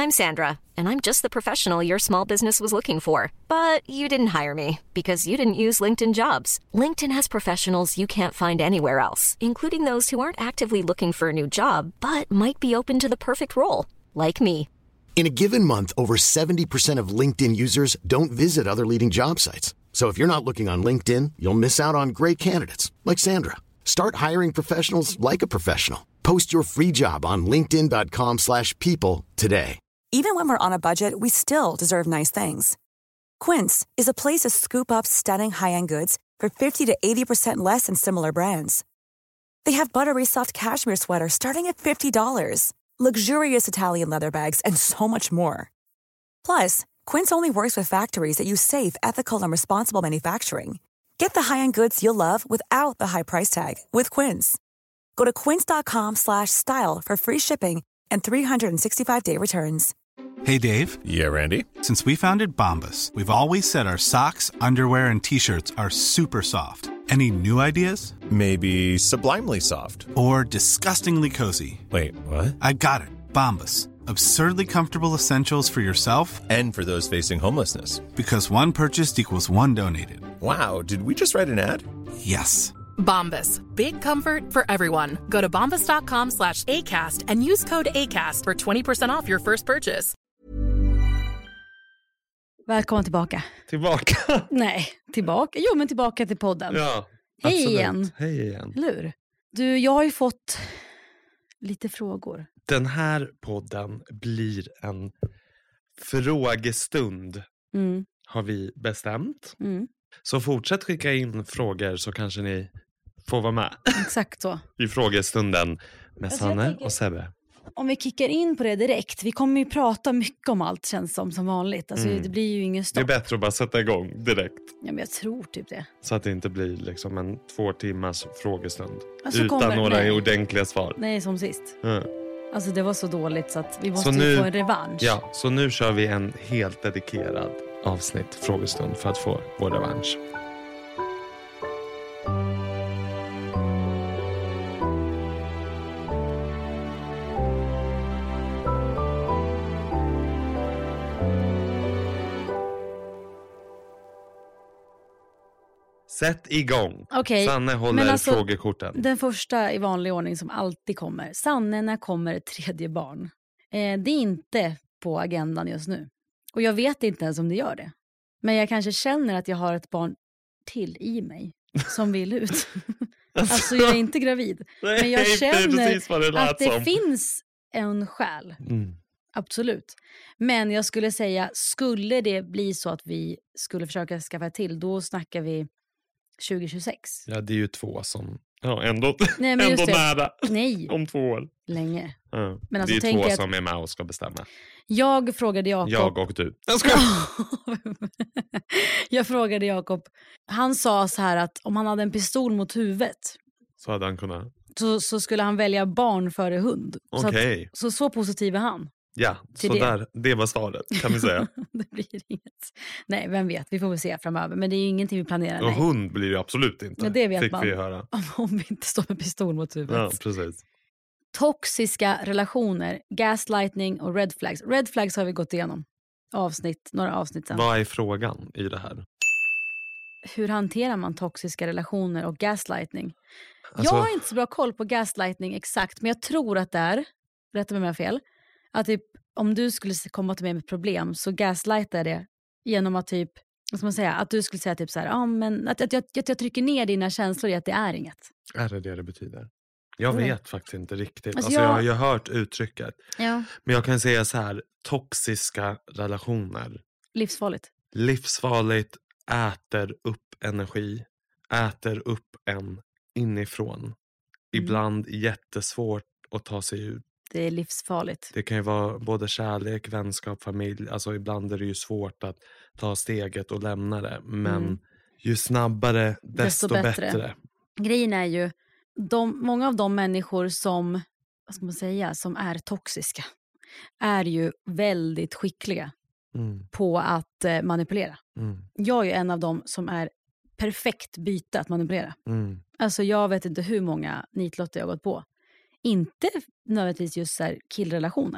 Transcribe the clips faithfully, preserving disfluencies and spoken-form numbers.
I'm Sandra, and I'm just the professional your small business was looking for. But you didn't hire me because you didn't use LinkedIn Jobs. LinkedIn has professionals you can't find anywhere else, including those who aren't actively looking for a new job, but might be open to the perfect role, like me. In a given month, over seventy percent of LinkedIn users don't visit other leading job sites. So if you're not looking on LinkedIn, you'll miss out on great candidates like Sandra. Start hiring professionals like a professional. Post your free job on linkedin dot com slash people today. Even when we're on a budget, we still deserve nice things. Quince is a place to scoop up stunning high-end goods for fifty to eighty percent less than similar brands. They have buttery soft cashmere sweaters starting at fifty dollars, luxurious Italian leather bags, and so much more. Plus, Quince only works with factories that use safe, ethical, and responsible manufacturing. Get the high-end goods you'll love without the high price tag with Quince. Go to quince dot com slash style for free shipping and three sixty-five day returns. Hey, Dave. Yeah, Randy. Since we founded Bombas, we've always said our socks, underwear, and T-shirts are super soft. Any new ideas? Maybe sublimely soft. Or disgustingly cozy. Wait, what? I got it. Bombas. Absurdly comfortable essentials for yourself and for those facing homelessness. Because one purchased equals one donated. Wow, did we just write an ad? Yes. Bombas. Big comfort for everyone. Go to bombas dot com slash ACAST and use code ACAST for twenty percent off your first purchase. Välkommen tillbaka. Tillbaka? Nej, tillbaka. Jo, men tillbaka till podden. Ja, Hej absolut. igen. Hej igen. Lur. Du, jag har ju fått lite frågor. Den här podden blir en frågestund. Mm. Har vi bestämt. Mm. Så fortsätt skicka in frågor så kanske ni får vara med. Exakt så. I frågestunden med Alltså, Sanne tänker, och Sebbe. Om vi kickar in på det direkt. Vi kommer ju prata mycket om allt, känns som, som vanligt. Alltså, Mm. det blir ju ingen stopp. Det är bättre att bara sätta igång direkt. Ja, men jag tror typ det. Så att det inte blir liksom en två timmars frågestund. Alltså, utan kommer- några nej. ordentliga svar. Nej, som sist. Mm. Alltså det var så dåligt så att vi måste Så ju nu- få en revansch. Ja, så nu kör vi en helt dedikerad avsnitt frågestund för att få vår revansch. Sätt igång. Okej, Sanne håller men alltså, frågekorten. Den första i vanlig ordning som alltid kommer. Sanne, när kommer ett tredje barn? Eh, det är inte på agendan just nu. Och jag vet inte ens om det gör det. Men jag kanske känner att jag har ett barn till i mig som vill ut. Alltså jag är inte gravid. Nej, men jag det är känner precis vad det lät att det som. finns en själ. Mm. Absolut. Men jag skulle säga, skulle det bli så att vi skulle försöka skaffa till, då snackar vi tjugo tjugosex. Ja, det är ju två som... Ja, ändå, Nej, men ändå just det. nära. Nej, Om två år. länge. Ja. Men alltså, det är tänk två att- som är med och ska bestämma. Jag frågade Jakob. Jag och du. Jag ska... Jag frågade Jakob. Han sa så här att om han hade en pistol mot huvudet Så hade han kunnat... så, så skulle han välja barn före hund. Så, att, Okej. så så positiv är han. Ja, till så det. där, det var svaret kan vi säga. Det blir inget. Nej, vem vet. Vi får väl se framöver. Men det är ju ingenting vi planerar. Och Nej. hund blir det absolut inte. Ja, det vet Fick man. vi höra. Om, om vi inte står med pistol mot huvudet. Ja, precis. Toxiska relationer, gaslightning och red flags. Red flags har vi gått igenom. Avsnitt, några avsnitt sedan. Vad är frågan i det här? Hur hanterar man toxiska relationer och gaslightning? Alltså- Jag har inte så bra koll på gaslightning exakt, men jag tror att det är, rätta mig om jag har fel, att typ, om du skulle komma till mig med ett problem så gaslightar det genom att typ, vad ska man säga, att du skulle säga typ så här, ah, men att, att, jag, att jag trycker ner dina känslor i att det är inget. Är det det det betyder? Jag Mm. vet faktiskt inte riktigt. Alltså, Alltså, jag... jag- har ju hört uttrycket. Ja. Men jag kan säga så här, toxiska relationer. Livsfarligt. Livsfarligt, äter upp energi, äter upp en inifrån. Mm. Ibland jättesvårt att ta sig ut. Det är livsfarligt. Det kan ju vara både kärlek, vänskap, familj. Alltså ibland är det ju svårt att ta steget och lämna det. Men Mm. ju snabbare desto, Desto bättre. bättre. Grejen är ju, de, många av de människor som, vad ska man säga, som är toxiska är ju väldigt skickliga Mm, på att eh, manipulera. mm, Jag är ju en av dem som är perfekt byte att manipulera. mm. Alltså jag vet inte hur många nitlotter jag har gått på. Inte nödvändigtvis just så här killrelationer.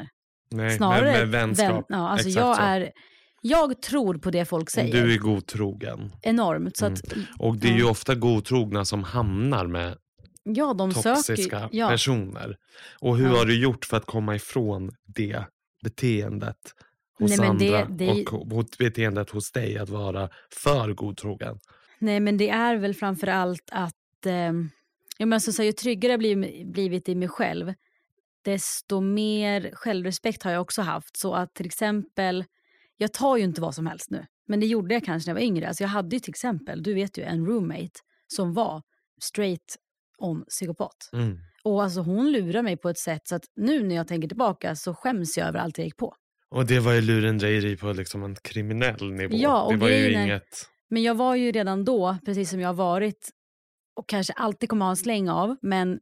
Nej, Snarare med, med vänskap. Vän, ja, alltså Exakt jag, så. är, jag tror på det folk säger. Du är godtrogen. Enormt. Så att, Mm. Och det är ja. ju ofta godtrogna som hamnar med ja, de toxiska söker, ja. personer. Och hur Ja. har du gjort för att komma ifrån det beteendet hos Nej, men andra det- det- och hos beteendet hos dig att vara för godtrogen? Nej, men det är väl framför allt att eh, ja, men alltså, så här, ju tryggare jag blivit, blivit i mig själv, desto mer självrespekt har jag också haft. Så att till exempel, jag tar ju inte vad som helst nu, men det gjorde jag kanske när jag var yngre. Alltså jag hade ju till exempel, du vet ju, en roommate som var straight on psykopat. Mm. Och alltså hon lurar mig på ett sätt så att nu när jag tänker tillbaka så skäms jag över allt jag gick på. Och det var ju lurendrejeri på liksom en kriminell nivå. Ja, och det var ju grejen är- inget... Men jag var ju redan då, precis som jag har varit och kanske alltid kommer ha en släng av, men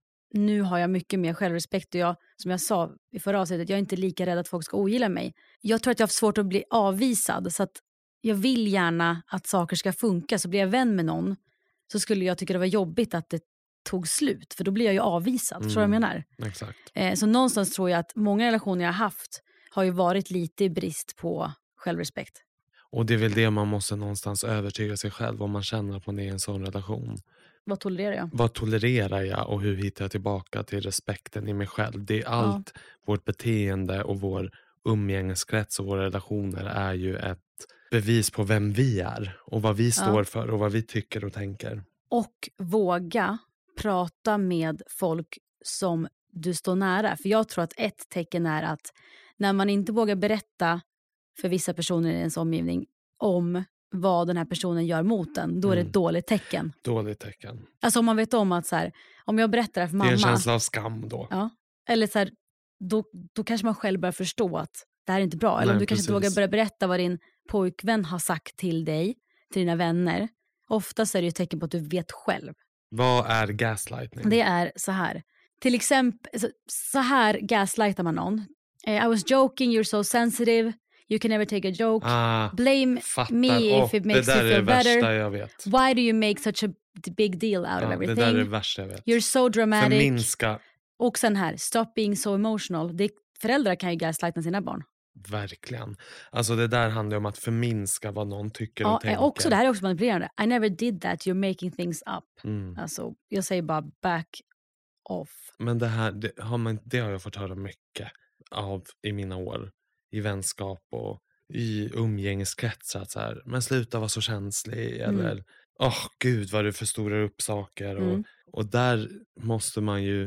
nu har jag mycket mer självrespekt och jag, som jag sa i förra avsnittet, jag är inte lika rädd att folk ska ogilla mig. Jag tror att jag har svårt att bli avvisad, så att jag vill gärna att saker ska funka. Så blir jag vän med någon så skulle jag tycka det var jobbigt att det tog slut, för då blir jag ju avvisad. Mm. Förstår du vad jag menar? Exakt. Eh, så någonstans tror jag att många relationer jag har haft har ju varit lite i brist på självrespekt. Och det är väl det man måste någonstans övertyga sig själv om man känner att man är i en sån relation. Vad tolererar jag? Vad tolererar jag och hur hittar jag tillbaka till respekten i mig själv? Det är allt, ja. Vårt beteende och vår umgängeskrets och våra relationer är ju ett bevis på vem vi är och vad vi står ja. för och vad vi tycker och tänker. Och våga prata med folk som du står nära. För jag tror att ett tecken är att när man inte vågar berätta för vissa personer i ens omgivning om vad den här personen gör mot en, då är det ett mm. dåligt tecken. Dåligt tecken. Alltså om man vet om att så här, om jag berättar det för mamma. Det är en känsla av skam då. Ja, eller så här, då, då kanske man själv börjar förstå att det här är inte bra. Eller Nej, om du precis. kanske inte vågar börja berätta vad din pojkvän har sagt till dig, till dina vänner. Oftast är det ju ett tecken på att du vet själv. Vad är gaslighting? Det är så här. Till exempel, så, så här gaslightar man någon. I was joking, you're so sensitive. You can never take a joke. Ah, Blame fattar. me oh, if it makes you feel better. Det där är det värsta jag vet. Why do you make such a big deal out ja, of everything? Det där är det värsta jag vet. You're so dramatic. Förminska. Och sen här, stop being so emotional. Det, föräldrar kan ju gaslighta sina barn. Verkligen. Alltså det där handlar om att förminska vad någon tycker ja, och tänker. Också, det här är också manipulerande. I never did that, you're making things up. Mm. Alltså, jag säger bara back off. Men det här, det har, man, det har jag fått höra mycket av i mina år. I vänskap och i umgängeskretsar. Så här. Men sluta vara så känslig. Mm. Eller, åh oh, gud vad du förstorar upp saker. Och, Mm. och där måste man ju,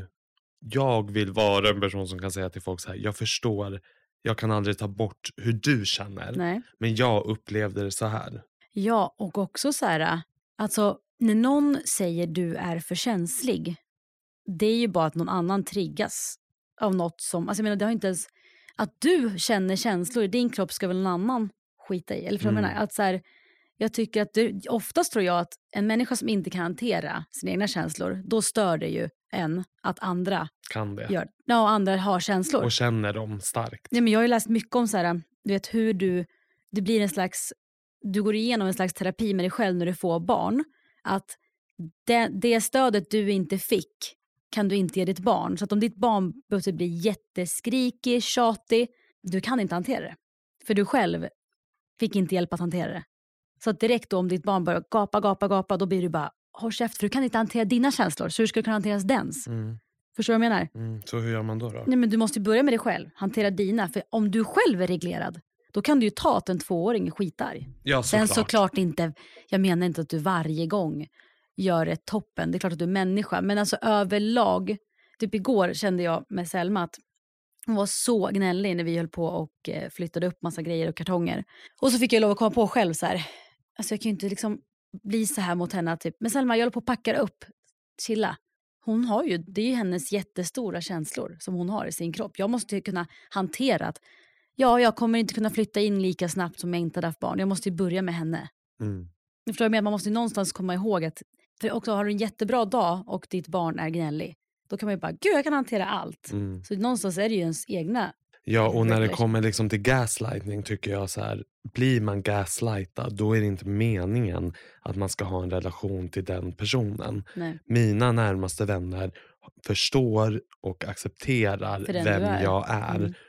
jag vill vara en person som kan säga till folk så här, jag förstår, jag kan aldrig ta bort hur du känner. Nej. Men jag upplevde det så här. Ja, och också så här, alltså när någon säger du är för känslig, det är ju bara att någon annan triggas av något som, alltså jag menar det har inte ens, att du känner känslor i din kropp ska väl någon annan skita i, eller för mm. jag menar, att så här, jag tycker att du, oftast tror jag att en människa som inte kan hantera sina egna känslor, då stör det ju en att andra kan det. Gör, ja, andra har känslor. Och känner dem starkt. Nej, men jag har ju läst mycket om så här, du vet hur du, det blir en slags, du går igenom en slags terapi med dig själv när du får barn, att det, det stödet du inte fick kan du inte ge ditt barn. Så att om ditt barn börjar bli jätteskrikig, tjatig, du kan inte hantera det. För du själv fick inte hjälp att hantera det. Så att direkt då om ditt barn börjar gapa, gapa, gapa, då blir du bara, håll käft, för du kan inte hantera dina känslor. Så hur ska du kunna hantera dens? Mm. Förstår du vad jag menar? Mm. Så hur gör man då då? Nej, men du måste börja med dig själv. Hantera dina. För om du själv är reglerad, då kan du ju ta att en tvååring är skitarg. Ja, Sen såklart. såklart inte, jag menar inte att du varje gång gör det toppen. Det är klart att du är människa. Men alltså överlag, typ igår kände jag med Selma att hon var så gnällig när vi höll på och flyttade upp massa grejer och kartonger. Och så fick jag lov att komma på själv så här. Alltså jag kan ju inte liksom bli så här mot henne. Typ. Men Selma, jag håller på att packa upp. Chilla. Hon har ju, det är ju hennes jättestora känslor som hon har i sin kropp. Jag måste ju kunna hantera att ja, jag kommer inte kunna flytta in lika snabbt som jag inte hade haft barn. Jag måste ju börja med henne. Mm. Jag förstår med att man måste ju någonstans komma ihåg att för också har du en jättebra dag och ditt barn är gnällig. Då kan man ju bara, gud jag kan hantera allt. Mm. Så någonstans är det ju ens egna. Ja, och när det kommer liksom till gaslightning tycker jag så här, blir man gaslightad då är det inte meningen att man ska ha en relation till den personen. Nej. Mina närmaste vänner förstår och accepterar För den vem du är. jag är Mm.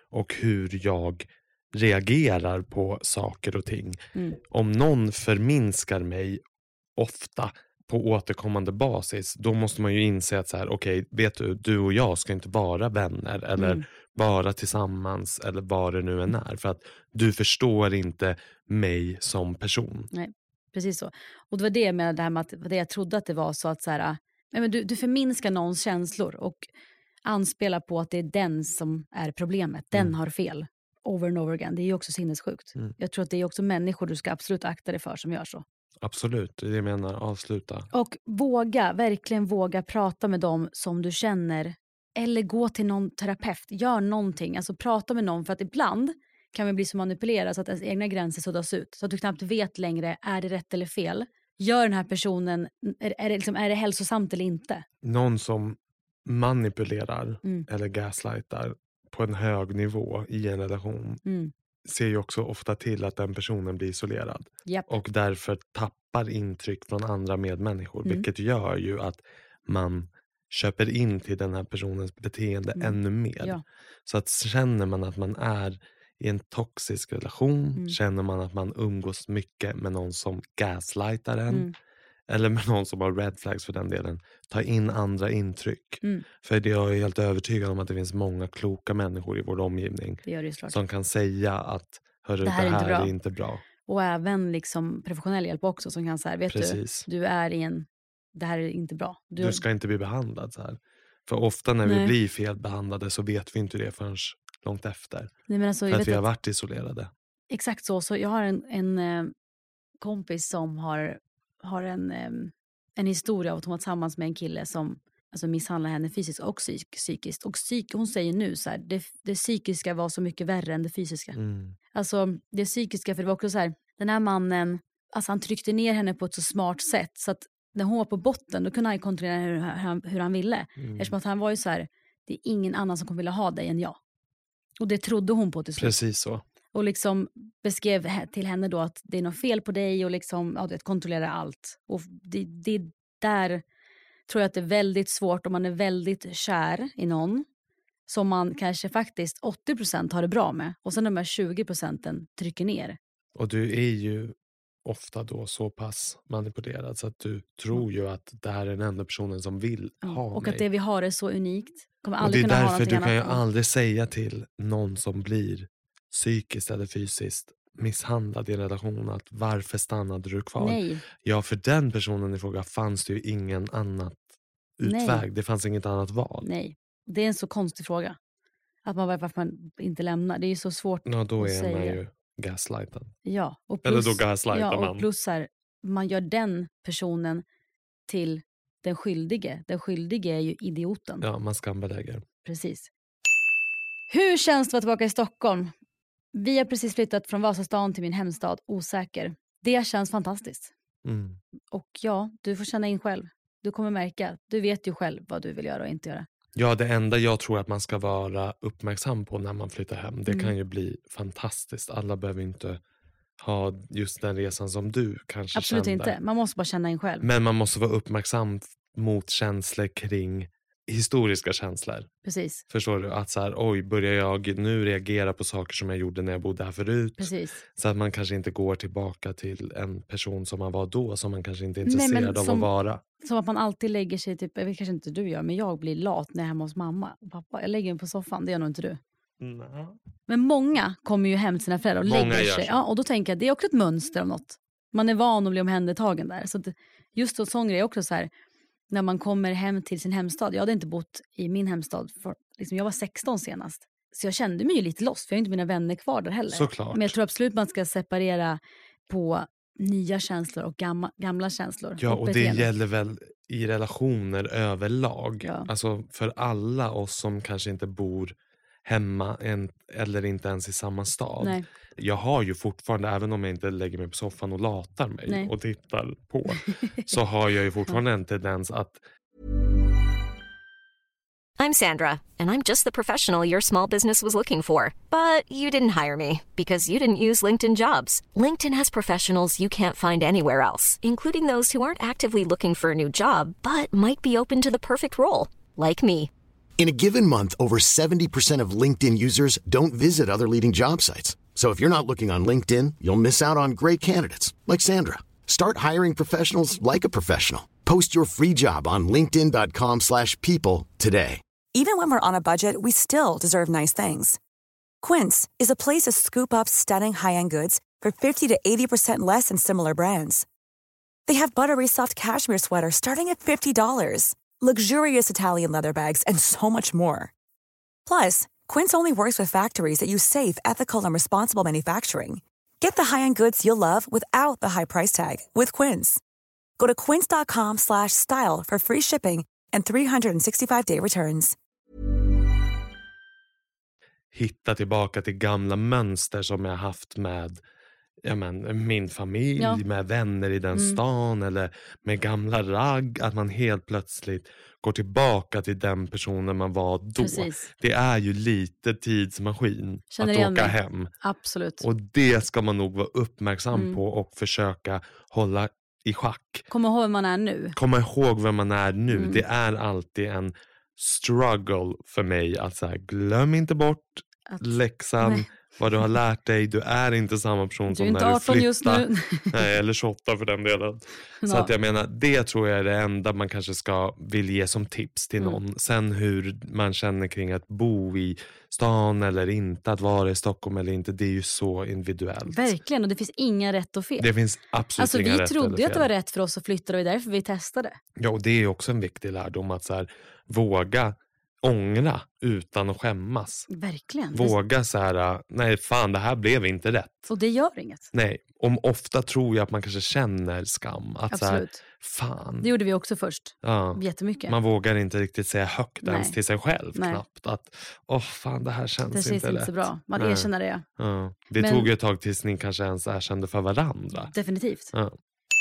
och hur jag reagerar på saker och ting. Mm. Om någon förminskar mig ofta på återkommande basis, då måste man ju inse att så här, okej, okay, vet du, du och jag ska inte vara vänner eller Mm. vara tillsammans eller vad det nu än är, för att du förstår inte mig som person. Nej, precis så. Och det var det jag menade, det här med att det jag trodde att det var, så att så här, nej, men du, du förminskar någons känslor och anspelar på att det är den som är problemet. Den Mm. har fel. Over and over again. Det är ju också sinnessjukt. Mm. Jag tror att det är också människor du ska absolut akta dig för som gör så. Absolut, det är det jag menar, avsluta. Och våga, verkligen våga prata med dem som du känner. Eller gå till någon terapeut. Gör någonting, alltså prata med någon. För att ibland kan man bli så manipulerad så att ens egna gränser suddas ut. Så att du knappt vet längre, är det rätt eller fel? Gör den här personen, är, är, det, liksom, är det hälsosamt eller inte? Någon som manipulerar Mm. eller gaslightar på en hög nivå i en relation Mm. ser ju också ofta till att den personen blir isolerad. Japp. Och därför tappar intryck från andra medmänniskor. Mm. Vilket gör ju att man köper in till den här personens beteende Mm. ännu mer. Ja. Så att känner man att man är i en toxisk relation, Mm. känner man att man umgås mycket med någon som gaslightar en, Mm. eller med någon som har red flags för den delen, ta in andra intryck. Mm. För det jag är helt övertygad om att det finns många kloka människor i vår omgivning Det gör det ju såklart. som kan säga att hörru, Det här är inte bra. är inte bra. Och även liksom professionell hjälp också som kan säga, vet Precis. du, du är i en, det här är inte bra. Du, Du ska inte bli behandlad så här. För ofta när vi Nej. blir felbehandlade så vet vi inte det förrän långt efter. nej, men alltså, För jag att vet vi har att, varit isolerade. exakt så. Så jag har en, en eh, kompis som har, har en, eh, en historia av att hon var tillsammans med en kille som alltså, misshandlar henne fysiskt och psyk, psykiskt. Och psyk, hon säger nu så här, det, det psykiska var så mycket värre än det fysiska. Mm. Alltså det psykiska, för det var också så här, den här mannen, alltså han tryckte ner henne på ett så smart sätt så att när hon var på botten då kunde han kontrollera hur, hur, han, hur han ville. Mm. Eftersom att han var ju så här, det är ingen annan som kommer vilja ha dig än jag. Och det trodde hon på till slut. Precis så. Och liksom beskrev he- till henne då att det är något fel på dig och liksom, ja, du vet, kontrollera allt. Och det, det där tror jag att det är väldigt svårt om man är väldigt kär i någon som man kanske faktiskt åttio procent har det bra med. Och sen de här tjugo procenten trycker ner. Och du är ju ofta då så pass manipulerad så att du tror ju att det här är den enda personen som vill ha Och mig. att det vi har är så unikt. Kommer Och det aldrig är kunna ha därför någonting du kan ju annat. aldrig säga till någon som blir psykiskt eller fysiskt misshandlad i en relation att varför stannade du kvar? Nej, Ja, för den personen i fråga fanns det ju ingen annat utväg. Nej. Det fanns inget annat val. nej. Det är en så konstig fråga. Att man, varför man inte lämnar. Det är ju så svårt. Ja, då att är man säga. ju gaslightad. Ja, och Eller plus, då gaslightar ja, man. och plus här, man gör den personen till den skyldige. Den skyldige är ju idioten. Ja, man skambelägger. Precis. Hur känns det att vara tillbaka i Stockholm? Vi har precis flyttat från Vasastan till min hemstad, Osäker. Det känns fantastiskt. Mm. Och ja, du får känna in själv. Du kommer märka, du vet ju själv vad du vill göra och inte göra. Ja, det enda jag tror att man ska vara uppmärksam på när man flyttar hem, det Mm. kan ju bli fantastiskt. Alla behöver inte ha just den resan som du kanske Absolut kände. inte. Man måste bara känna in själv. Men man måste vara uppmärksam mot känslor kring historiska känslor. Precis, Förstår du? Att så här, oj, börjar jag nu reagera på saker som jag gjorde när jag bodde här förut? precis. Så att man kanske inte går tillbaka till en person som man var då, som man kanske inte är Nej, men intresserad av som- att vara. Som att man alltid lägger sig, typ, jag vet kanske inte du gör, men jag blir lat när jag är hemma hos mamma och pappa. Jag lägger mig på soffan, det gör nog inte du. Men många kommer ju hem till sina föräldrar och Många lägger gör sig. så. Ja, och då tänker jag, det är också ett mönster av något. Man är van att bli omhändertagen där. Så att just en sån grej är också så här, när man kommer hem till sin hemstad. Jag hade inte bott i min hemstad, för, liksom, jag var sexton senast. Så jag kände mig ju lite lost, för jag har inte mina vänner kvar där heller. Såklart. Men jag tror absolut man ska separera på nya känslor och gamla, gamla känslor. Ja, och det beteenden. gäller väl i relationer överlag. Ja. Alltså för alla oss som kanske inte bor hemma en, eller inte ens i samma stad. Nej. Jag har ju fortfarande, även om jag inte lägger mig på soffan och latar mig Nej. och tittar på, så har jag ju fortfarande en tendens att I'm Sandra, and I'm just the professional your small business was looking for. But you didn't hire me because you didn't use LinkedIn Jobs. LinkedIn has professionals you can't find anywhere else, including those who aren't actively looking for a new job, but might be open to the perfect role, like me. In a given month, over seventy percent of LinkedIn users don't visit other leading job sites. So if you're not looking on LinkedIn, you'll miss out on great candidates like Sandra. Start hiring professionals like a professional. Post your free job on linkedin dot com slash people today. Even when we're on a budget, we still deserve nice things. Quince is a place to scoop up stunning high-end goods for fifty to eighty percent less than similar brands. They have buttery soft cashmere sweaters starting at fifty dollars, luxurious Italian leather bags, and so much more. Plus, Quince only works with factories that use safe, ethical, and responsible manufacturing. Get the high-end goods you'll love without the high price tag with Quince. Go to quince dot com slash style for free shipping and three sixty-five day returns. Hitta tillbaka till gamla mönster som jag haft med ja, men, min familj, ja. Med vänner i den mm. stan eller med gamla ragg. Att man helt plötsligt går tillbaka till den personen man var då. Precis. Det är ju lite tidsmaskin. Känner att åka mig. Hem. Absolut. Och det ska man nog vara uppmärksam mm. på och försöka hålla i schack. Komma ihåg vem man är nu. Komma ihåg vem man är nu. Mm. Det är alltid en struggle för mig att så här, glöm inte bort att, läxan. Nej. Vad du har lärt dig. Du är inte samma person som när du flyttar. Just nu. Nej, eller tjugoåtta för den delen. Så ja. Att jag menar, det tror jag är det enda man kanske ska vill ge som tips till någon. Mm. Sen hur man känner kring att bo i stan eller inte, att vara i Stockholm eller inte, det är ju så individuellt. Verkligen, och det finns inga rätt och fel. Det finns absolut alltså, inga rätt och fel. Vi trodde ju att det var rätt för oss att flytta och det är därför vi testade. Ja, och det är också en viktig lärdom att så här, våga ångra utan att skämmas. Verkligen. Våga så här, nej fan det här blev inte rätt. Och det gör inget. Nej, om ofta tror jag att man kanske känner skam. Att absolut. Så här, fan. Det gjorde vi också först. Ja. Jättemycket. Man vågar inte riktigt säga högt nej. Ens till sig själv nej. Knappt. Att, åh fan det här känns det inte rätt. Det känns inte så bra. Man nej. Erkänner det. Ja. Det Men... tog ju ett tag tills ni kanske ens erkände för varandra. Definitivt. Ja.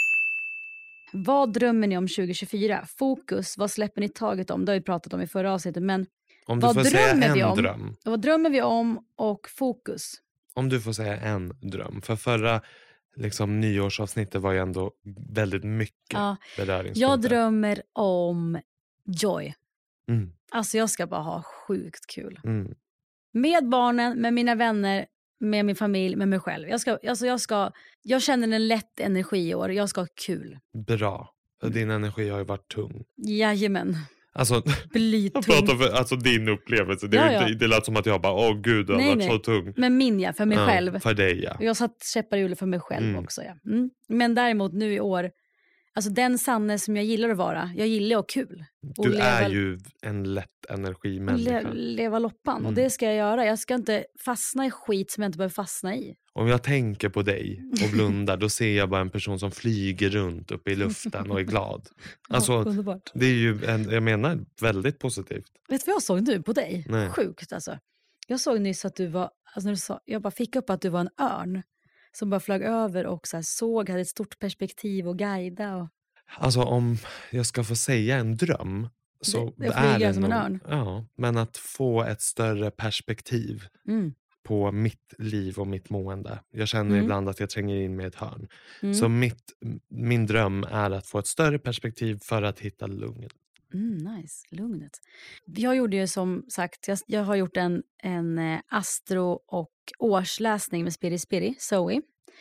Vad drömmer ni om tjugo tjugofyra? Fokus, vad släpper ni taget om? Det har vi pratat om i förra avsnittet. Men om du vad får drömmer säga en vi om? dröm. Vad drömmer vi om och fokus? Om du får säga en dröm. För förra liksom, nyårsavsnittet var ju ändå väldigt mycket ja. beröringspunkter. Jag drömmer om joy. Mm. Alltså jag ska bara ha sjukt kul. Mm. Med barnen, med mina vänner, med min familj, med mig själv. Jag, ska, alltså jag, ska, jag känner en lätt energi i år. Jag ska ha kul. Bra. Din energi har ju varit tung. Jajamän. Alltså, jag pratar för, alltså din upplevelse. Det, ja, ja. det, det lät som att jag bara, åh gud, det har varit så tung. Men min ja, för mig ja, själv. För dig ja. Jag satt käppar i hjulet för mig själv mm. också. Ja. Mm. Men däremot nu i år, alltså den Sanne som jag gillar att vara. Jag gillar att ha kul. Du leva, är ju en lätt energimänniska. Le, leva loppan. Mm. Och det ska jag göra. Jag ska inte fastna i skit som jag inte behöver fastna i. Om jag tänker på dig och blundar, då ser jag bara en person som flyger runt uppe i luften och är glad. Alltså, ja, underbart. Det är ju, en, jag menar, väldigt positivt. Vet du vad jag såg nu på dig? Nej. Sjukt alltså. Jag såg nyss att du var, alltså när du sa, jag bara fick upp att du var en örn. Som bara flög över och så här såg, hade ett stort perspektiv och guida. Och... Alltså om jag ska få säga en dröm. Så det, jag är det som nog, en örn. Ja, men att få ett större perspektiv. Mm. På mitt liv och mitt mående. Jag känner mm. ibland att jag tränger in med ett hörn. Mm. Så mitt, min dröm är att få ett större perspektiv för att hitta lugnet. Mm, nice, lugnet. Jag gjorde ju som sagt, jag, jag har gjort en, en eh, astro- och årsläsning med Spiri Spiri, Zoe.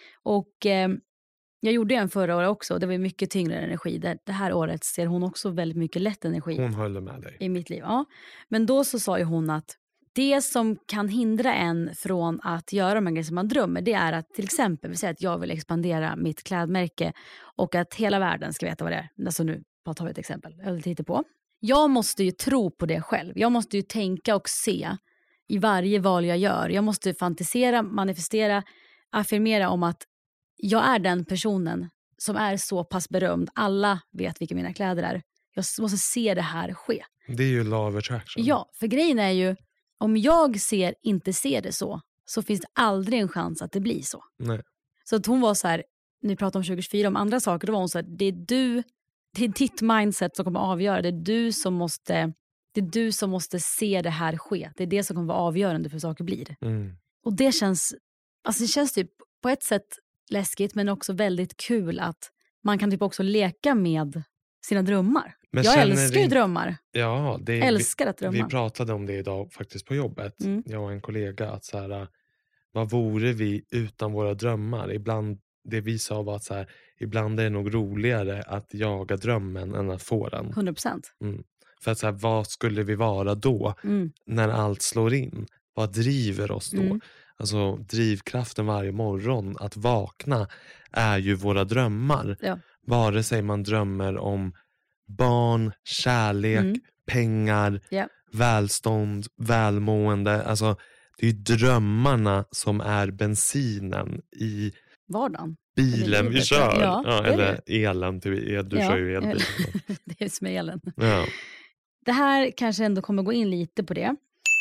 Och eh, jag gjorde en förra året också. Det var mycket tyngre energi. Det, det här året ser hon också väldigt mycket lätt energi. Hon håller med dig. I mitt liv, ja. Men då så sa ju hon att det som kan hindra en från att göra de här grejer som man drömmer, det är att till exempel, vi säger att jag vill expandera mitt klädmärke och att hela världen ska veta vad det är. Alltså nu, bara tar vi ett exempel. Jag vill titta på. Jag måste ju tro på det själv. Jag måste ju tänka och se i varje val jag gör. Jag måste fantisera, manifestera, affirmera om att jag är den personen som är så pass berömd. Alla vet vilka mina kläder är. Jag måste se det här ske. Det är ju law of attraction. Ja, för grejen är ju, om jag ser, inte ser det så, så finns det aldrig en chans att det blir så. Nej. Så att hon var så här, när vi pratade om tjugo tjugofyra, om andra saker, då var hon så här, det är du, det är ditt mindset som kommer att avgöra. Det är du som måste, det är du som måste se det här ske. Det är det som kommer att vara avgörande för hur saker blir. Mm. Och det känns, alltså det känns typ på ett sätt läskigt, men också väldigt kul att man kan typ också leka med sina drömmar. Men jag känner älskar ju din- drömmar. Ja, det är, Älskar att vi, drömma. vi pratade om det idag faktiskt på jobbet. Mm. Jag och en kollega. Att så här, vad vore vi utan våra drömmar? Ibland, det vi sa var att så här, ibland är det nog roligare att jaga drömmen än att få den. hundra procent. Mm. För att så här, vad skulle vi vara då? Mm. När allt slår in? Vad driver oss då? Mm. Alltså drivkraften varje morgon att vakna är ju våra drömmar. Ja. Vare sig man drömmer om barn, kärlek, Mm. pengar, Ja. välstånd, välmående. Alltså det är ju drömmarna som är bensinen i Vardagen. bilen Eller vi livet. kör. Ja, Ja, det är eller elen. Till, du Ja, kör ju elbil. det är som elen. Ja. Det här kanske ändå kommer gå in lite på det.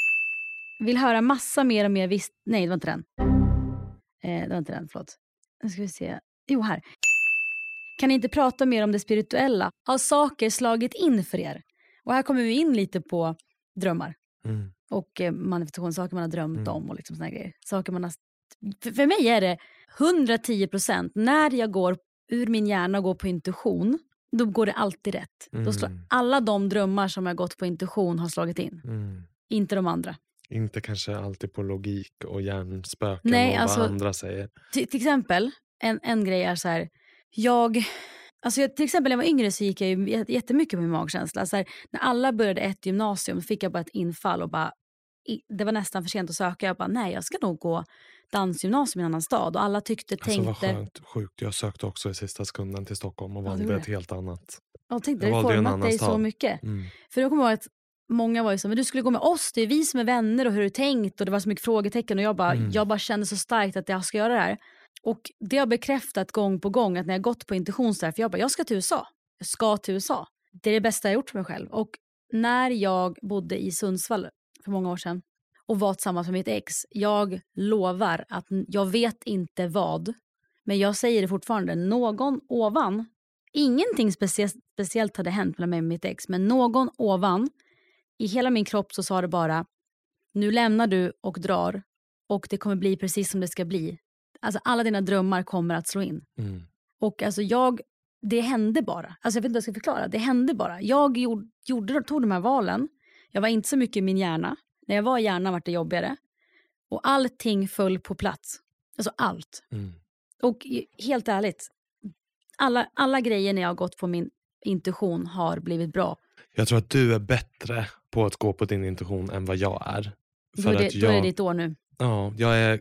Vill höra massa mer och mer visst... Nej, det var inte den. Eh, det var inte den, förlåt. Nu ska vi se. Jo, här. Kan ni inte prata mer om det spirituella? Har saker slagit in för er? Och här kommer vi in lite på drömmar. Mm. Och eh, manifestationssaker man har drömt Mm. om och liksom såna här grejer. Saker man har... För, för mig är det hundratio procent. När jag går ur min hjärna och går på intuition, då går det alltid rätt. Mm. Då slår alla de drömmar som jag gått på intuition har slagit in. Mm. Inte de andra. Inte kanske alltid på logik och hjärnspöken Nej, och alltså- vad andra säger. Till, till exempel, en, en grej är så här, jag, alltså jag, till exempel när jag var yngre så gick jag ju jät- jättemycket på min magkänsla. Så här, när alla började ett gymnasium fick jag bara ett infall och bara, i, det var nästan för sent att söka. Jag bara, nej jag ska nog gå dansgymnasium i en annan stad. Och alla tyckte, Alltså vad tänkte, skönt, sjukt. Jag sökte också i sista sekunden till Stockholm och Ja, valde det gjorde ett helt annat. jag tänkte, jag det valde ju en format annan dig så stad. mycket. Mm. För jag kommer ihåg att många var ju så, men du skulle gå med oss, det är vi som är vänner och hur har du tänkt? Och det var så mycket frågetecken och jag bara, Mm. jag bara kände så starkt att jag ska göra det här. Och det har bekräftat gång på gång att när jag gått på intuition så här, för jag bara, jag ska till U S A. Jag ska till U S A. Det är det bästa jag gjort för mig själv. Och när jag bodde i Sundsvall för många år sedan och var tillsammans med mitt ex, jag lovar att jag vet inte vad, men jag säger det fortfarande, någon ovan, ingenting specie- speciellt hade hänt mellan mig och mitt ex, men någon ovan i hela min kropp så sa det bara, nu lämnar du och drar och det kommer bli precis som det ska bli. Alltså alla dina drömmar kommer att slå in. Mm. Och alltså jag, det hände bara. Alltså jag vet inte vad jag ska förklara, det hände bara. Jag gjorde, gjorde, tog de här valen, jag var inte så mycket i min hjärna. När jag var i hjärnan var det jobbigare. Och allting föll på plats. Alltså allt. Mm. Och i- helt ärligt, alla, alla grejer när jag har gått på min intuition har blivit bra. Jag tror att du är bättre på att gå på din intuition än vad jag är. Då För är, det, att då jag, är det ditt år nu. ja, jag är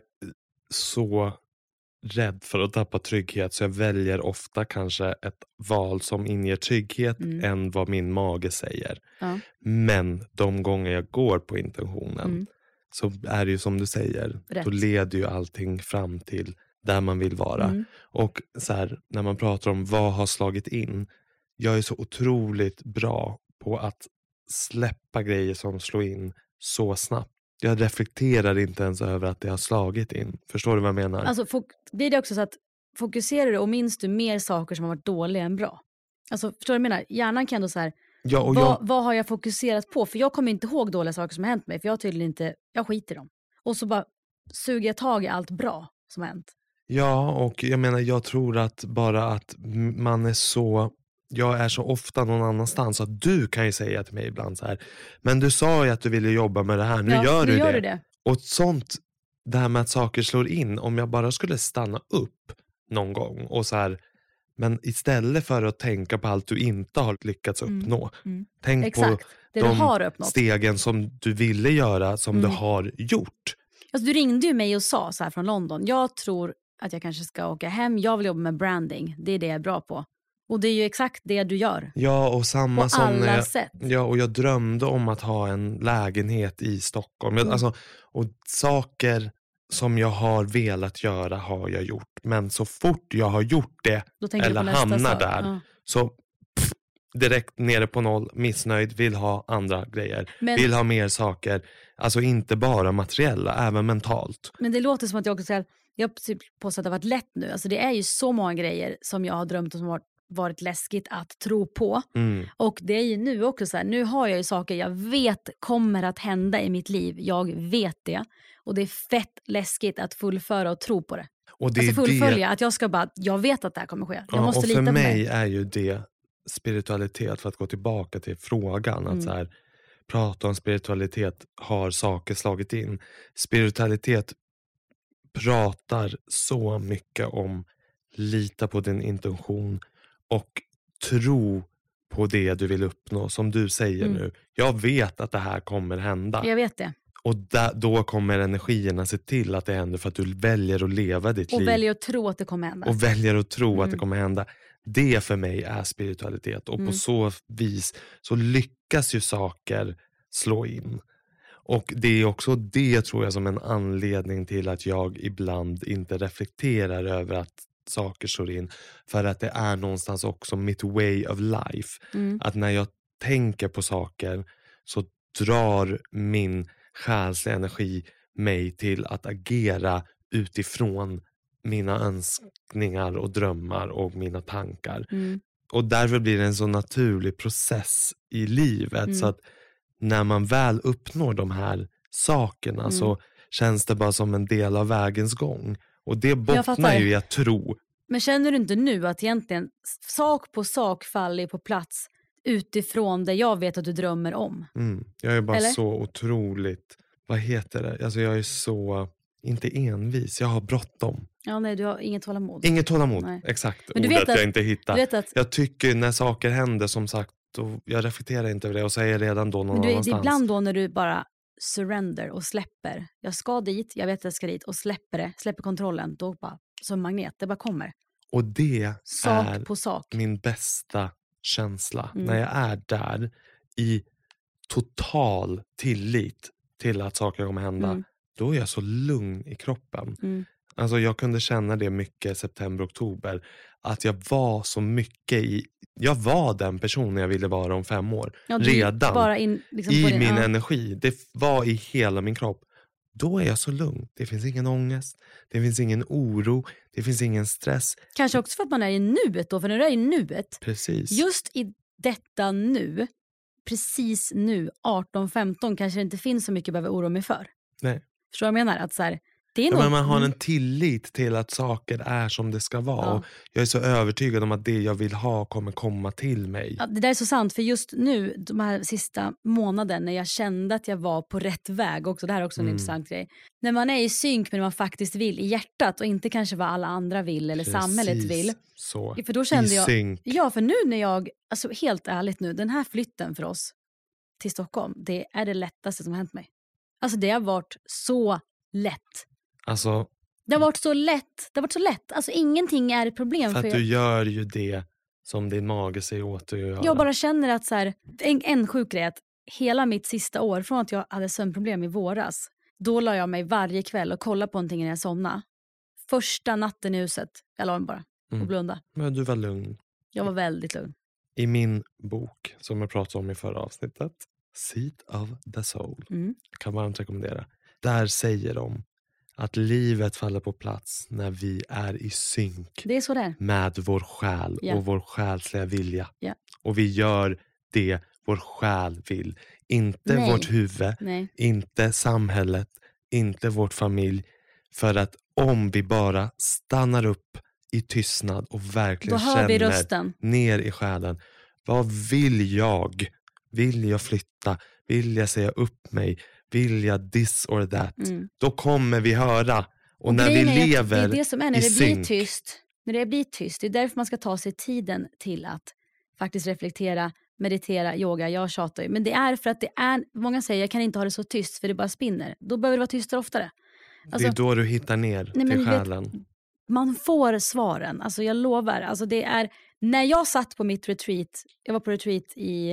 så rädd för att tappa trygghet så jag väljer ofta kanske ett val som inger trygghet Mm. än vad min mage säger. Ja. Men de gånger jag går på intentionen Mm. så är det ju som du säger. Rätt. Då leder ju allting fram till där man vill vara. Mm. Och så här, när man pratar om vad har slagit in. Jag är så otroligt bra på att släppa grejer som slår in så snabbt. Jag reflekterar inte ens över att det har slagit in. Förstår du vad jag menar? Alltså, fok- det är det också så att fokuserar du och minns du mer saker som har varit dåliga än bra. Alltså, förstår du vad jag menar? Hjärnan kan då så här, ja, och vad, jag, vad har jag fokuserat på? För jag kommer inte ihåg dåliga saker som har hänt mig. För jag tydligen inte, jag skiter i dem. Och så bara suger jag tag i allt bra som har hänt. ja, och jag menar jag tror att bara att m- man är så... Jag är så ofta någon annanstans att du kan ju säga till mig ibland så här. Men du sa ju att du ville jobba med det här. Nu Ja, gör, nu du, gör det. du det. Och sånt, det här med att saker slår in. Om jag bara skulle stanna upp någon gång och så här. Men istället för att tänka på allt du inte har lyckats Mm, uppnå. mm. Tänk Exakt, på det du de har uppnått. stegen som du ville göra som Mm. du har gjort. Alltså, du ringde ju mig och sa så här från London. Jag tror att jag kanske ska åka hem. Jag vill jobba med branding. Det är det jag är bra på. Och det är ju exakt det du gör. Ja, och samma På som alla när jag, sätt. ja, och jag drömde om att ha en lägenhet i Stockholm. Jag, Mm. alltså, och saker som jag har velat göra har jag gjort. Men så fort jag har gjort det Då tänker eller du på nästa hamnar sak. där Ja. så pff, direkt nere på noll, missnöjd, vill ha andra grejer. Men- Vill ha mer saker. Alltså inte bara materiella, även mentalt. Men det låter som att jag också säger, jag har påstått att det har varit lätt nu. Alltså det är ju så många grejer som jag har drömt och som har varit läskigt att tro på. Mm. Och det är ju nu också så här, nu har jag ju saker jag vet kommer att hända i mitt liv. Jag vet det. Och det är fett läskigt att fullföra och tro på det. Och det Alltså är fullfölja, det, att jag ska bara, jag vet att det här kommer ske. Jag ja, måste och lita för på mig mig. är ju det spiritualitet, för att gå tillbaka till frågan, Mm. att så här, prata om spiritualitet, har saker slagit in. Spiritualitet pratar så mycket om lita på din intention och tro på det du vill uppnå. Som du säger Mm. nu, jag vet att det här kommer hända. Jag vet det. Och da, då kommer energierna se till att det händer, för att du väljer att leva ditt Och liv. väljer att tro att det kommer hända. Och väljer att tro Mm. att det kommer hända. Det för mig är spiritualitet. Och Mm. på så vis så lyckas ju saker slå in. Och det är också det, tror jag, som en anledning till att jag ibland inte reflekterar över att saker slår in. För att det är någonstans också mitt way of life. Mm. Att när jag tänker på saker så drar min själsliga energi mig till att agera utifrån mina önskningar och drömmar och mina tankar. Mm. Och därför blir det en så naturlig process i livet. Mm. Så att när man väl uppnår de här sakerna Mm. så känns det bara som en del av vägens gång. Och det bottnar fattar. ju i att tro. Men känner du inte nu att egentligen sak på sak faller på plats utifrån det jag vet att du drömmer om? Mm. Jag är bara Eller? så otroligt, vad heter det? Alltså jag är så, inte envis, jag har bråttom. Ja, nej, du har inget tålamod. Inget tålamod, Nej. exakt. Men du Ordet vet att- jag inte hittar. Du vet att, Jag tycker när saker händer, som sagt, och jag reflekterar inte över det och säger redan då någon men du, det är annanstans. ibland då när du bara surrender och släpper. Jag ska dit, jag vet att jag ska dit och släpper det, släpper kontrollen, då bara som magnet, det bara kommer. Och det Sak är på sak. min bästa känsla. Mm. När jag är där i total tillit till att saker kommer hända. Mm. Då är jag så lugn i kroppen. Mm. Alltså jag kunde känna det mycket i september, oktober. Att jag var så mycket i... Jag var den personen jag ville vara om fem år. Ja, du redan. Bara in, liksom I på din, min ja. energi. Det var i hela min kropp. Då är jag så lugn. Det finns ingen ångest. Det finns ingen oro. Det finns ingen stress. Kanske också för att man är i nuet då, för när du är i nuet, Precis. just i detta nu, precis nu, arton femton, kanske det inte finns så mycket jag behöver oroa mig för. Nej. Förstår du vad jag menar? Att så här, det är Ja, nog, men man har en tillit till att saker är som det ska vara. Ja. Och jag är så övertygad om att det jag vill ha kommer komma till mig. Ja, det där är så sant, för just nu, de här sista månaden när jag kände att jag var på rätt väg också, det här är också en Mm. intressant grej. När man är i synk med det man faktiskt vill i hjärtat och inte kanske vad alla andra vill eller samhället Precis vill. Så. För då kände I jag, synk. ja, för nu när jag, alltså helt ärligt nu, den här flytten för oss till Stockholm, det är det lättaste som har hänt mig. Alltså det har varit så lätt. Alltså, Det har varit så lätt, det har varit så lätt. Alltså ingenting är ett problem. för att jag, du gör ju det som din mage säger åt dig att göra. jag bara känner att så här, en, en sjuk grej är att hela mitt sista år, från att jag hade sömnproblem i våras, då la jag mig varje kväll och kollade på någonting när jag somnade. Första natten i huset, jag la mig bara och Mm. blunda. Men du var lugn. Jag var väldigt lugn. I min bok, som jag pratade om i förra avsnittet, Seat of the Soul, Mm. kan varmt rekommendera. Där säger de att livet faller på plats när vi är i synk Det är så där. med vår själ Ja. och vår själsliga vilja. Ja. Och vi gör det vår själ vill. Inte Nej. vårt huvud, Nej. inte samhället, inte vårt familj. För att om vi bara stannar upp i tystnad och verkligen Då hör vi känner rösten. ner i själen. Vad vill jag? Vill jag flytta? Vill jag säga upp mig? Vill jag this or that? Mm. Då kommer vi höra. Och, när vi grejen är att lever det är det som är, när i det blir synk. tyst, när det blir tyst, det är därför man ska ta sig tiden till att faktiskt reflektera, meditera, yoga. Jag tjatar ju, men det är för att det är, många säger jag kan inte ha det så tyst för det bara spinner. Då behöver det vara tystare oftare. Det Alltså, är då du hittar ner nej, men till du vet- själen. man får svaren, alltså jag lovar. Alltså det är, när jag satt på mitt retreat, jag var på retreat i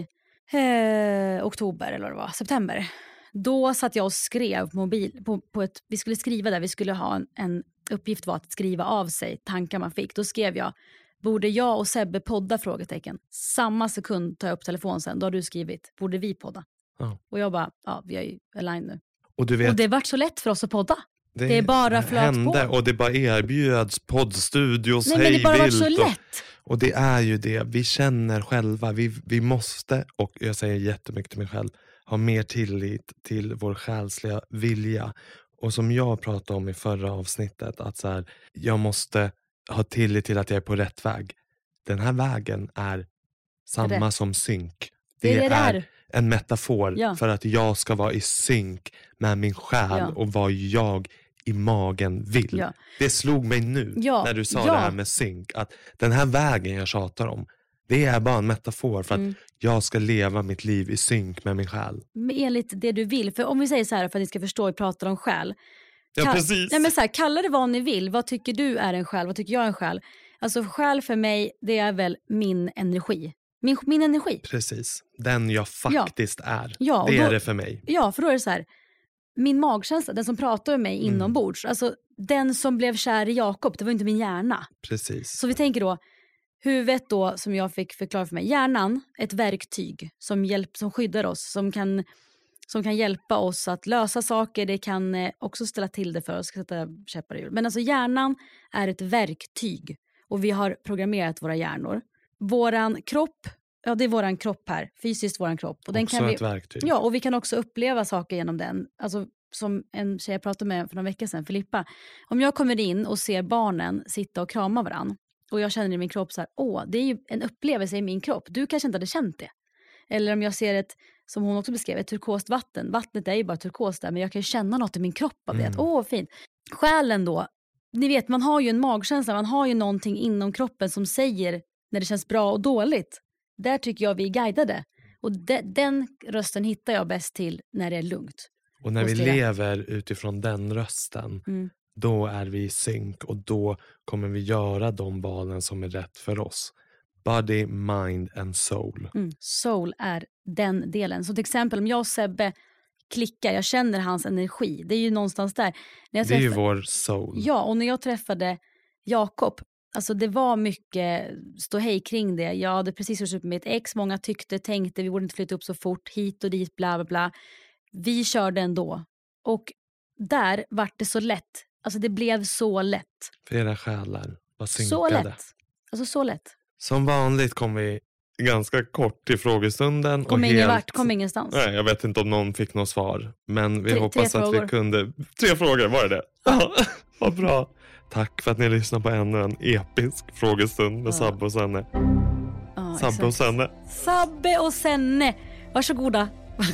eh, oktober eller vad det var, september. Då satt jag och skrev på mobil, på, på ett, vi skulle skriva där, vi skulle ha en, en uppgift var att skriva av sig tankar man fick. Då skrev jag, borde jag och Sebbe podda? Frågetecken. Samma sekund tar jag upp telefon sen, då har du skrivit, borde vi podda? Ja. Och jag bara, ja vi är ju aligned nu. Och du vet, Och det vart så lätt för oss att podda. det är bara flöt hände, på. och det bara erbjöds poddstudios Nej men det bara var hejvilt så och- lätt. Och det är ju det, vi känner själva, vi, vi måste, och jag säger jättemycket till mig själv, ha mer tillit till vår själsliga vilja. Och som jag pratade om i förra avsnittet, att så här, jag måste ha tillit till att jag är på rätt väg. Den här vägen är Samma som synk. Det Det, är det är där. en metafor Ja. för att jag ska vara i synk med min själ Ja. och vad jag i magen vill. Ja. Det slog mig nu Ja, när du sa ja. det här med synk. Att den här vägen jag tjatar om, det är bara en metafor för att Mm. jag ska leva mitt liv i synk med min själ. Men enligt det du vill. För om vi säger så här för att ni ska förstå, vi pratar om själ. Ja, Ka- precis. Nej, men så här, kalla det vad ni vill. Vad tycker du är en själ? Vad tycker jag är en själ? Alltså själ för mig, det är väl min energi. Min, min energi. Precis. Den jag faktiskt är. Ja, och det då- är det för mig. Ja, för då är det så här. Min magkänsla, den som pratar med mig Mm. inombords. Alltså den som blev kär i Jakob, det var inte min hjärna. Precis. Så vi tänker då, huvudet då som jag fick förklara för mig. Hjärnan, ett verktyg som, hjälp, som skyddar oss. Som kan, som kan hjälpa oss att lösa saker. Det kan eh, också ställa till det för oss. Sätta käppar i hjul. Men alltså hjärnan är ett verktyg. Och vi har programmerat våra hjärnor. Våran kropp, ja det är våran kropp här. Fysiskt våran kropp. Och den Också kan vi, ett verktyg. ja, och vi kan också uppleva saker genom den. Alltså som en tjej jag pratade med för några veckor sedan, Filippa. Om jag kommer in och ser barnen sitta och krama varann. Och jag känner i min kropp så här, åh, det är ju en upplevelse i min kropp. Du kanske inte hade känt det. Eller om jag ser ett, som hon också beskrev, ett turkost vatten. Vattnet är ju bara turkos där, men jag kan ju känna något i min kropp av det. Mm. Åh, fint. Själen då, ni vet, man har ju en magkänsla, man har ju någonting inom kroppen som säger när det känns bra och dåligt. Där tycker jag vi är guidade. Och de, den rösten hittar jag bäst till när det är lugnt. Och när och vi stilla. lever utifrån den rösten, Mm. då är vi i synk och då kommer vi göra de valen som är rätt för oss. Body, mind and soul. Mm. Soul är den delen. Så till exempel om jag och Sebbe klickar, jag känner hans energi. Det är ju någonstans där. När jag Det är ju träffar- vår soul. Ja, och när jag träffade Jakob, alltså det var mycket ståhej kring det. Jag hade precis gjort upp med mitt ex, många tyckte, tänkte, vi borde inte flytta upp så fort, hit och dit, bla bla bla. Vi körde ändå. Och där vart det så lätt. Alltså det blev så lätt. För era själar var synkade. Så lätt. Alltså så lätt. Som vanligt kom vi ganska kort till frågestunden. Kom och ingen helt... vart, kom ingenstans. Nej, jag vet inte om någon fick något svar. Men vi Tre- hoppas tre att frågor. vi kunde... Tre frågor, var det det? Ja, vad bra. Tack för att ni lyssnar på ännu en episk frågestund med Ja. Sabbe och Senne. Ja, Sabbe och exakt. Senne. Sabbe och Senne. Varsågoda.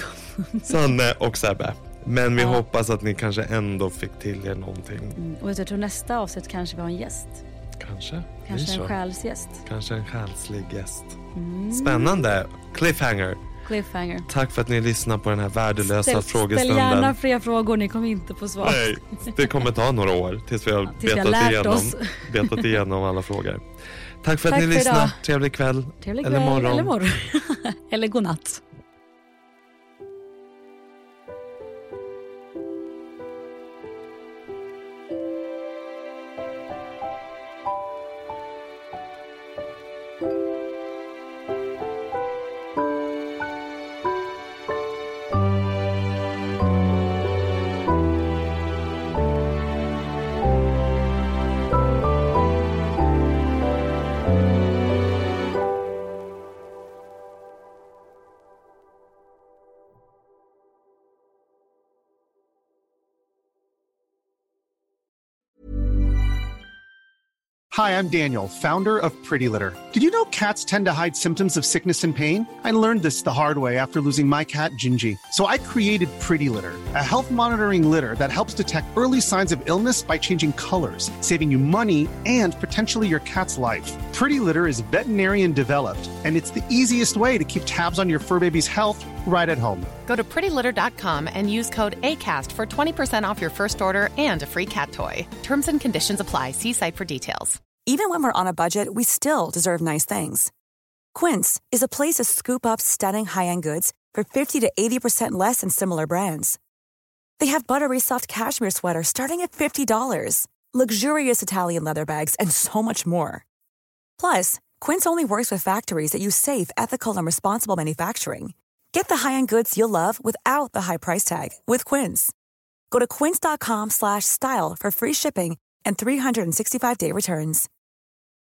Sanne och Sebbe. Men vi Ja. hoppas att ni kanske ändå fick till er någonting. Mm, och jag tror nästa avsnitt kanske vi har en gäst. Kanske. Kanske Blir en så. själsgäst. Kanske en själslig gäst. Mm. Spännande. Cliffhanger. Cliffhanger. Tack för att ni lyssnar på den här värdelösa Ställ, frågestunden. ställ gärna fler frågor, ni kommer inte på svar. Nej, det kommer ta några år tills vi har, Ja, tills vi har betat, lärt igenom, oss. betat igenom alla frågor. Tack för att Tack ni för lyssnade. idag. Trevlig kväll. Trevlig Eller kväll, morgon. Eller morgon. Eller godnatt. Hi, I'm Daniel, founder of Pretty Litter. Did you know cats tend to hide symptoms of sickness and pain? I learned this the hard way after losing my cat, Gingy. So I created Pretty Litter, a health monitoring litter that helps detect early signs of illness by changing colors, saving you money and potentially your cat's life. Pretty Litter is veterinarian developed, and it's the easiest way to keep tabs on your fur baby's health right at home. Go to pretty litter dot com and use code ACAST for twenty percent off your first order and a free cat toy. Terms and conditions apply. See site for details. Even when we're on a budget, we still deserve nice things. Quince is a place to scoop up stunning high-end goods for fifty to eighty percent less than similar brands. They have buttery soft cashmere sweaters starting at fifty dollars, luxurious Italian leather bags, and so much more. Plus, Quince only works with factories that use safe, ethical, and responsible manufacturing. Get the high-end goods you'll love without the high price tag with Quince. Go to quince dot com slash style for free shipping and three hundred sixty-five day returns.